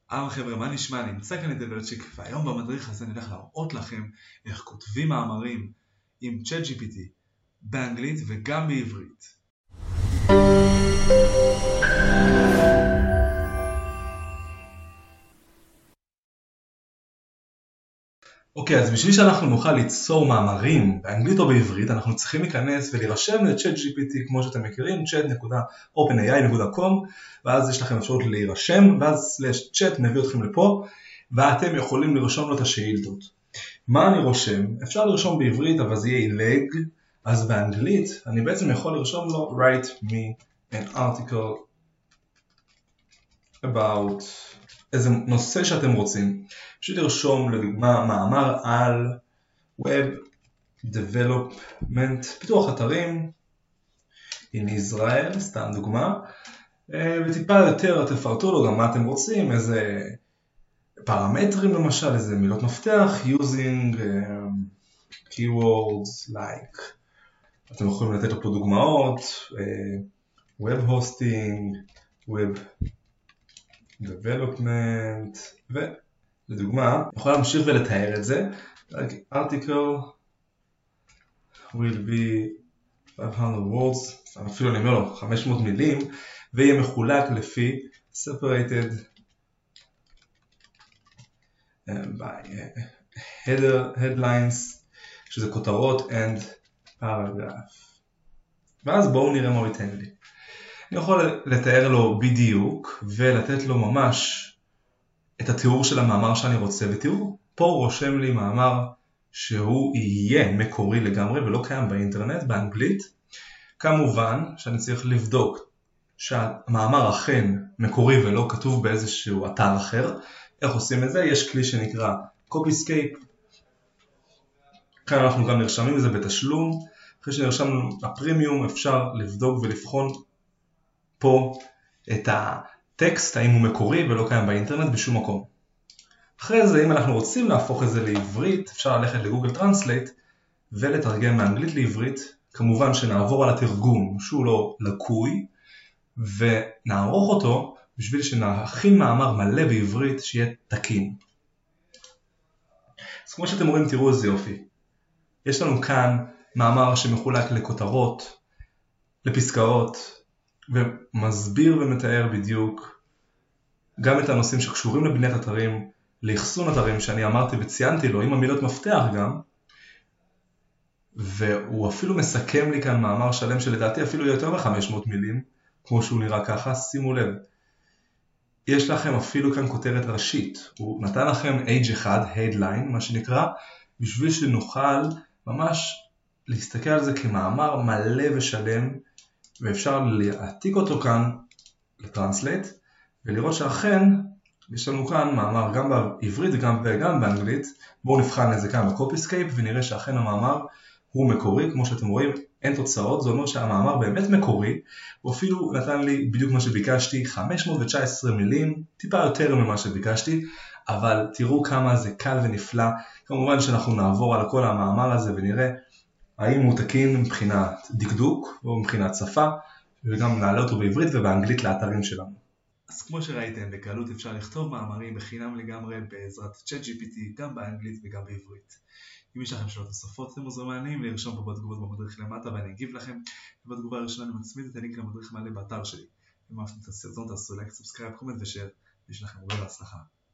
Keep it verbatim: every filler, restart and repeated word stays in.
אהלן חבר'ה, מה נשמע? נמצא כאן את דבלצ'יק, והיום במדריך הזה אני הולך להראות לכם איך כותבים מאמרים עם צ'אט ג'י פי טי באנגלית וגם בעברית. אוקיי, אז בשביל שאנחנו נוכל ליצור מאמרים באנגלית או בעברית, אנחנו צריכים להיכנס ולהירשם לצ'אט ג'י פי טי כמו שאתם מכירים, צ'אט דוט אופן איי איי דוט קום, ואז יש לכם אפשרות להירשם, ואז סלש צ'אט מביא אתכם לפה, ואתם יכולים לרשום לו את השאילתות. מה אני רושם? אפשר לרשום בעברית, אבל זה יהיה עילג, אז באנגלית אני בעצם יכול לרשום לו write me an article about איזה נושא שאתם רוצים. בשביל לרשום לדוגמה מאמר על Web Development, פיתוח אתרים in Israel, סתם דוגמה, וטיפה יותר תפרטו לו גם מה אתם רוצים, איזה פרמטרים למשל, איזה מילות מפתח, using um, keywords like, אתם יכולים לתת לו פה דוגמאות, uh, Web Hosting, Web Development, ולדוגמה, יכול להמשיך ולתאר את זה, article will be five hundred words, אפילו אני אומר לו חמש מאות מילים, ויהיה מחולק לפי separated by header, headlines, שזה כותרות and paragraph. ואז בואו נראה מה הוא ייתן לי. אני יכול לתאר לו בדיוק ולתת לו ממש את התיאור של המאמר שאני רוצה, ותראו, פה הוא רושם לי מאמר שהוא יהיה מקורי לגמרי ולא קיים באינטרנט, באנגלית. כמובן שאני צריך לבדוק שהמאמר אכן מקורי ולא כתוב באיזשהו אתר אחר. איך עושים את זה? יש כלי שנקרא Copyscape. כאן אנחנו גם נרשמים לזה בתשלום. אחרי שנרשמנו לפרימיום אפשר לבדוק ולבחון פה את הטקסט, האם הוא מקורי ולא קיים באינטרנט בשום מקום. אחרי זה, אם אנחנו רוצים להפוך את זה לעברית, אפשר ללכת לגוגל טרנסלייט ולתרגם מאנגלית לעברית. כמובן שנעבור על התרגום שהוא לא לקוי, ונערוך אותו בשביל שנכין מאמר מלא בעברית שיהיה תקין. אז כמו שאתם רואים, תראו איזה יופי. יש לנו כאן מאמר שמחולק לכותרות, לפסקאות, ומסביר ומתאר בדיוק גם את הנושאים שקשורים לבניית אתרים, לאחסון אתרים שאני אמרתי וציינתי לו עם המילות מפתח גם, והוא אפילו מסכם לי כאן מאמר שלם שלדעתי אפילו יותר מ-חמש מאות מילים, כמו שהוא נראה ככה. שימו לב, יש לכם אפילו כאן כותרת ראשית, הוא נתן לכם אייג' אחד, headline מה שנקרא, בשביל שנוכל ממש להסתכל על זה כמאמר מלא ושלם, ואפשר להעתיק אותו כאן לטרנסלייט, ולראות שאכן יש לנו כאן מאמר גם בעברית וגם, וגם באנגלית. בואו נבחן את זה כאן בקופיסקייפ ונראה שאכן המאמר הוא מקורי. כמו שאתם רואים, אין תוצאות, זה אומר שהמאמר באמת מקורי. הוא אפילו נתן לי בדיוק מה שביקשתי, חמש מאות תשע עשרה מילים, טיפה יותר ממה שביקשתי, אבל תראו כמה זה קל ונפלא. כמובן שאנחנו נעבור על כל המאמר הזה ונראה האם הוא תקין מבחינת דקדוק או מבחינת שפה, וגם נעלה אותו בעברית ובאנגלית לאתרים שלנו. אז כמו שראיתם, בקלות אפשר לכתוב מאמרים בחינם לגמרי בעזרת צ'אט ג'י פי טי, גם באנגלית וגם בעברית. אם יש לכם שאלות נוספות, אתם מוזמנים לרשום פה בתגובות במדריך למטה ואני אגיב לכם. ובתגובה הראשונה אני מצמיד את הלינק למדריך מלא באתר שלי. אם אהבתם את הסרטון, תעשו לייק, סאבסקרייב, קומנט ושאר. יש לכם הרבה בהצלחה.